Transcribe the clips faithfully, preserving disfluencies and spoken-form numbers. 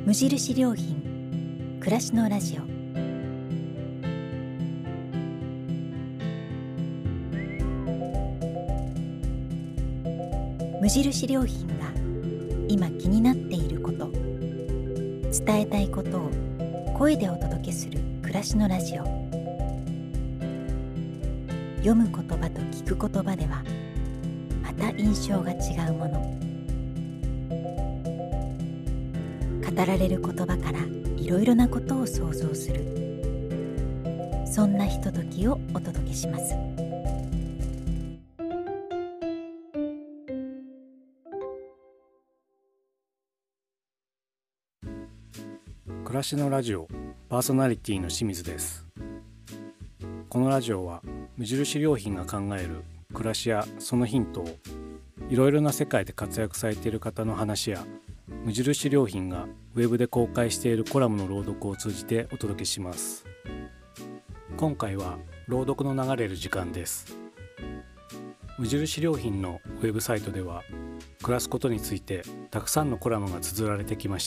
無印良品暮らしのラジオ。無印良品が今気になっていること、伝えたいことを声でお届けする暮らしのラジオ。読む言葉と聞く言葉ではまた印象が違うもの。語られる言葉からいろいろなことを想像する、そんなひとときをお届けします。 暮らしのラジオパーソナリティの清水です。このラジオは無印良品が考える暮らしやそのヒントをいろいろな世界で活躍されている方の話や、無印良品がウェブで公開しているコラムの朗読を通じてお届けします。今回は朗読の流れる時間です。無印良品のウェブサイトでは暮らすことについてたくさんのコラムが綴られてきました。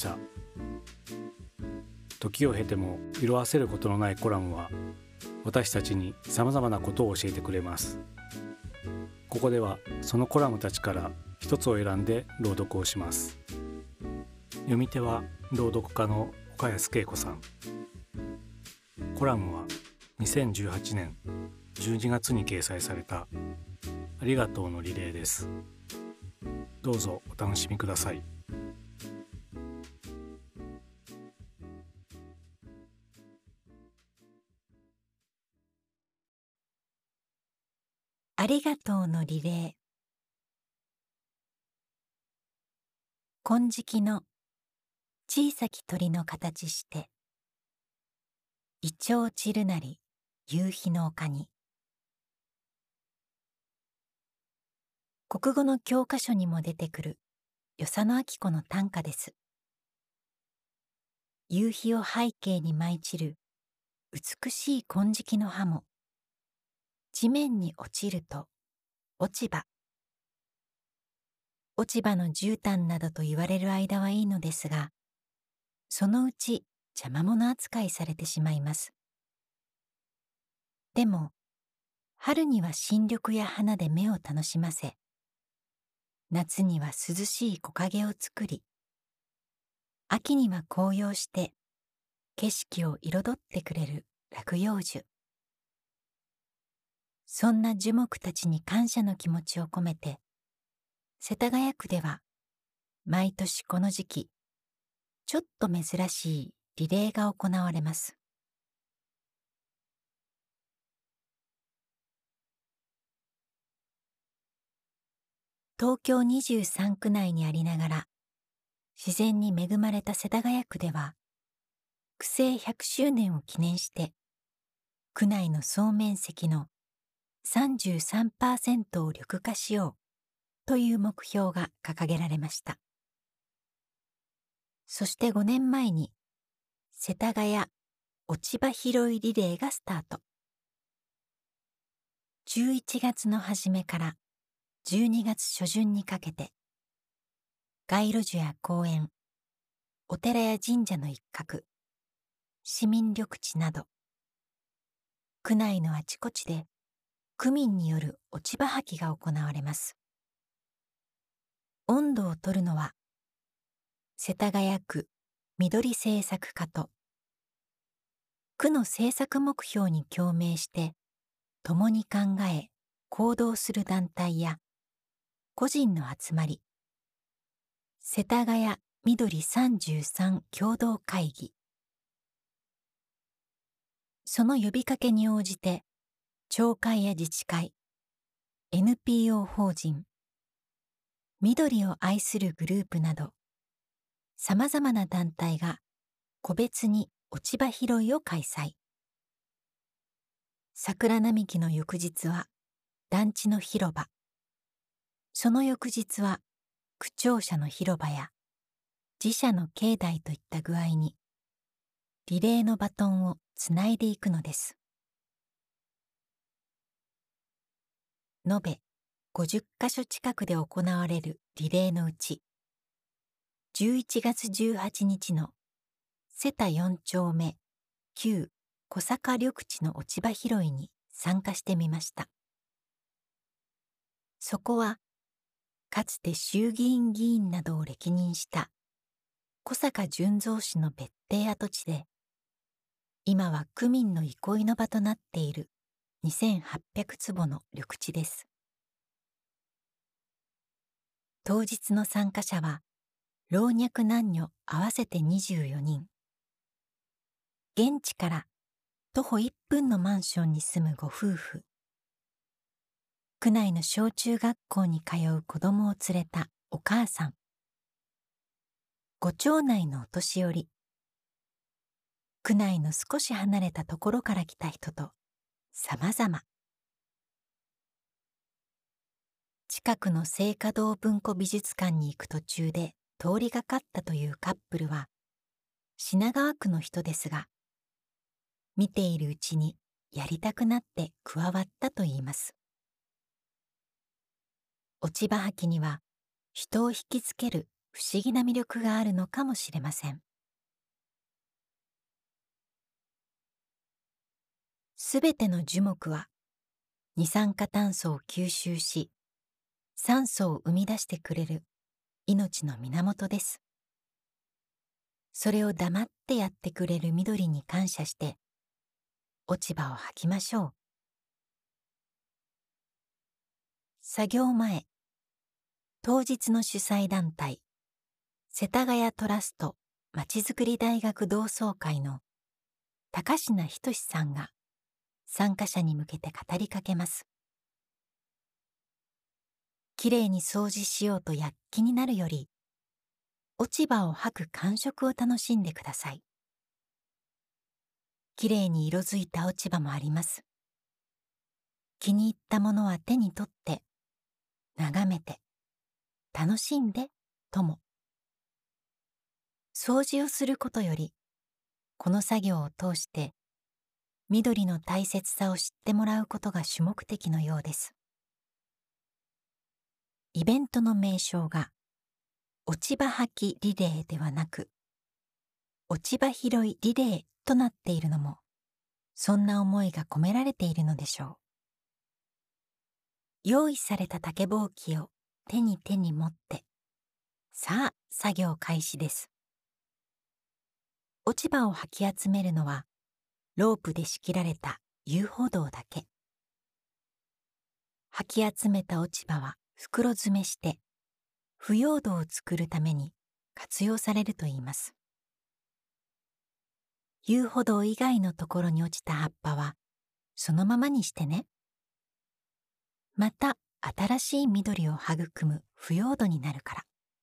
時を経ても色あせることのないコラムは私たちにさまざまなことを教えてくれます。ここではそのコラムたちから一つを選んで朗読をします。読み手は朗読家の岡安恵子さん。コラムはにせんじゅうはちねんじゅうにがつに掲載されたありがとうのリレーです。どうぞお楽しみください。 ありがとうのリレー。金色の小さき鳥の形して、イチョウ散るなり夕日の丘に。国語の教科書にも出てくる与謝野晶子の短歌です。夕日を背景に舞い散る美しい金色の葉も、地面に落ちると落ち葉。落ち葉の絨毯などと言われる間はいいのですが、そのうち邪魔者扱いされてしまいます。でも、春には新緑や花で目を楽しませ、夏には涼しい木陰を作り、秋には紅葉して景色を彩ってくれる落葉樹。そんな樹木たちに感謝の気持ちを込めて、世田谷区では毎年この時期、ちょっと珍しいリレーが行われます。東京にじゅうさんく内にありながら、自然に恵まれた世田谷区では、区政ひゃくしゅうねんを記念して、区内の総面積の さんじゅうさんパーセント を緑化しようという目標が掲げられました。そしてごねんまえに、世田谷落ち葉拾いリレーがスタート。じゅういちがつの初めからじゅうにがつ初旬にかけて、街路樹や公園、お寺や神社の一角、市民緑地など、区内のあちこちで区民による落ち葉掃きが行われます。音頭を取るのは、世田谷区緑政策課と、区の政策目標に共鳴して共に考え行動する団体や個人の集まり、世田谷緑さんじゅうさん共同会議。その呼びかけに応じて、町会や自治会、エヌピーオー 法人、緑を愛するグループなど、さまざまな団体が個別に落ち葉拾いを開催。桜並木の翌日は団地の広場、その翌日は区庁舎の広場や自社の境内といった具合に、リレーのバトンをつないでいくのです。延べごじゅっかしょ近くで行われるリレーのうち、じゅういちがつじゅうはちにちの瀬田四丁目旧小坂緑地の落ち葉拾いに参加してみました。そこはかつて衆議院議員などを歴任した小坂淳三氏の別邸跡地で、今は区民の憩いの場となっているにせんはっぴゃくつぼの緑地です。当日の参加者は老若男女合わせてにじゅうよにん。現地から徒歩いっぷんのマンションに住むご夫婦、区内の小中学校に通う子供を連れたお母さん、ご町内のお年寄り、区内の少し離れたところから来た人と様々。近くの聖華堂文庫美術館に行く途中で通りがかったというカップルは品川区の人ですが、見ているうちにやりたくなって加わったといいます。落ち葉履きには人を引きつける不思議な魅力があるのかもしれません。すべての樹木は二酸化炭素を吸収し、酸素を生み出してくれる命の源です。それを黙ってやってくれる緑に感謝して、落ち葉を履きましょう。作業前、当日の主催団体、世田谷トラストまちづくり大学同窓会の高階仁さんが参加者に向けて語りかけます。きれいに掃除しようと躍起になるより、落ち葉を履く感触を楽しんでください。きれいに色づいた落ち葉もあります。気に入ったものは手に取って、眺めて、楽しんでとも。掃除をすることより、この作業を通して、緑の大切さを知ってもらうことが主目的のようです。イベントの名称が、落ち葉履きリレーではなく、落ち葉拾いリレーとなっているのも、そんな思いが込められているのでしょう。用意された竹ぼうきを手に手に持って、さあ作業開始です。落ち葉を履き集めるのは、ロープで仕切られた遊歩道だけ。履き集めた落ち葉は袋詰めして、腐葉土を作るために活用されるといいます。遊歩道以外のところに落ちた葉っぱはそのままにしてね。また新しい緑を育む腐葉土になるから。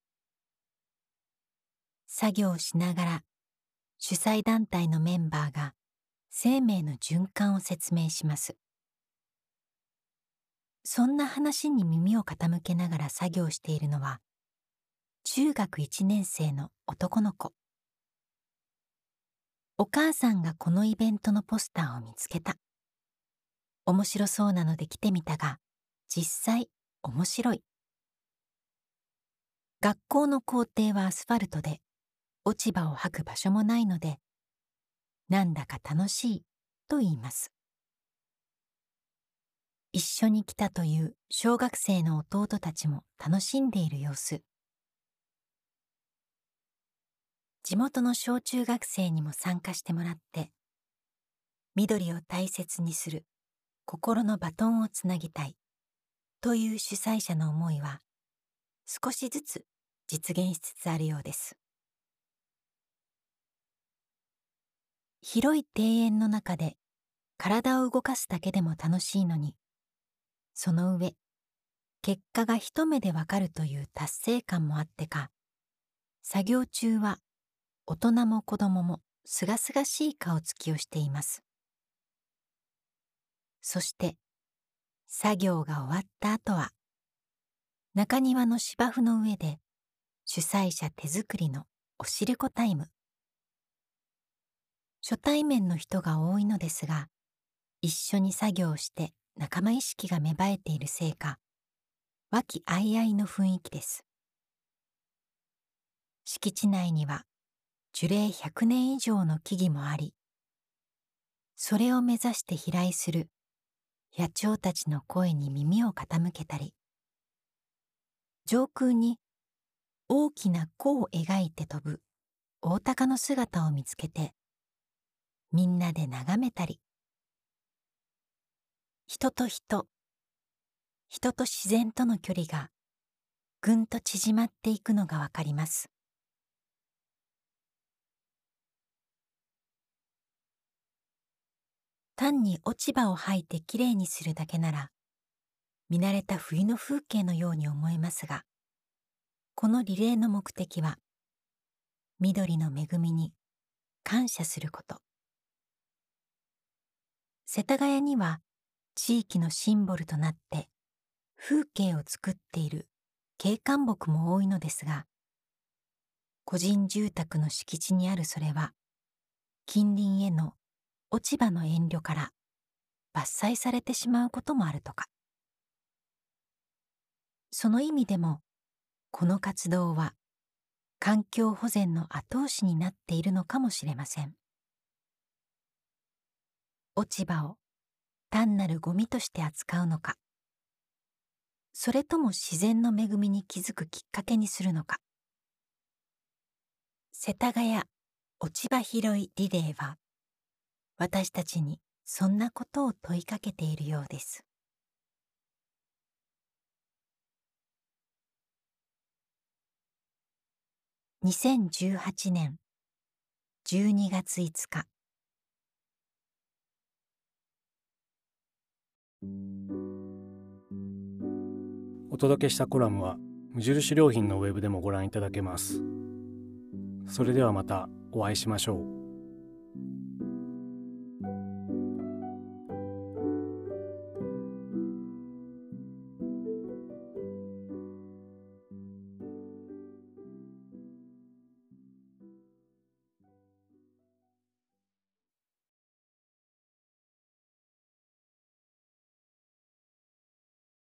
作業をしながら主催団体のメンバーが生命の循環を説明します。そんな話に耳を傾けながら作業しているのは中学いちねん生の男の子。お母さんがこのイベントのポスターを見つけた。面白そうなので来てみたが、実際面白い。学校の校庭はアスファルトで、落ち葉を履く場所もないので、なんだか楽しいと言います。一緒に来たという小学生の弟たちも楽しんでいる様子。地元の小中学生にも参加してもらって、緑を大切にする心のバトンをつなぎたいという主催者の思いは少しずつ実現しつつあるようです。広い庭園の中で体を動かすだけでも楽しいのに、その上、結果が一目でわかるという達成感もあってか、作業中は大人も子供もすがすがしい顔つきをしています。そして、作業が終わった後は、中庭の芝生の上で主催者手作りのおしるこタイム。初対面の人が多いのですが、一緒に作業して仲間意識が芽生えているせいか、和気あいあいの雰囲気です。敷地内には樹齢ひゃくねん以上の木々もあり、それを目指して飛来する野鳥たちの声に耳を傾けたり、上空に大きな弧を描いて飛ぶオオタカの姿を見つけて、みんなで眺めたり、人と人、人と自然との距離がぐんと縮まっていくのがわかります。単に落ち葉を吐いてきれいにするだけなら、見慣れた冬の風景のように思えますが、このリレーの目的は、緑の恵みに感謝すること。世田谷には地域のシンボルとなって風景を作っている景観木も多いのですが、個人住宅の敷地にあるそれは、近隣への落ち葉の遠慮から伐採されてしまうこともあるとか。その意味でも、この活動は環境保全の後押しになっているのかもしれません。落ち葉を単なるゴミとして扱うのか、それとも自然の恵みに気づくきっかけにするのか。世田谷落ち葉拾いリレーは、私たちにそんなことを問いかけているようです。にせんじゅうはちねんじゅうにがついつか。 お届けしたコラムは無印良品のウェブでもご覧いただけます。それではまたお会いしましょう。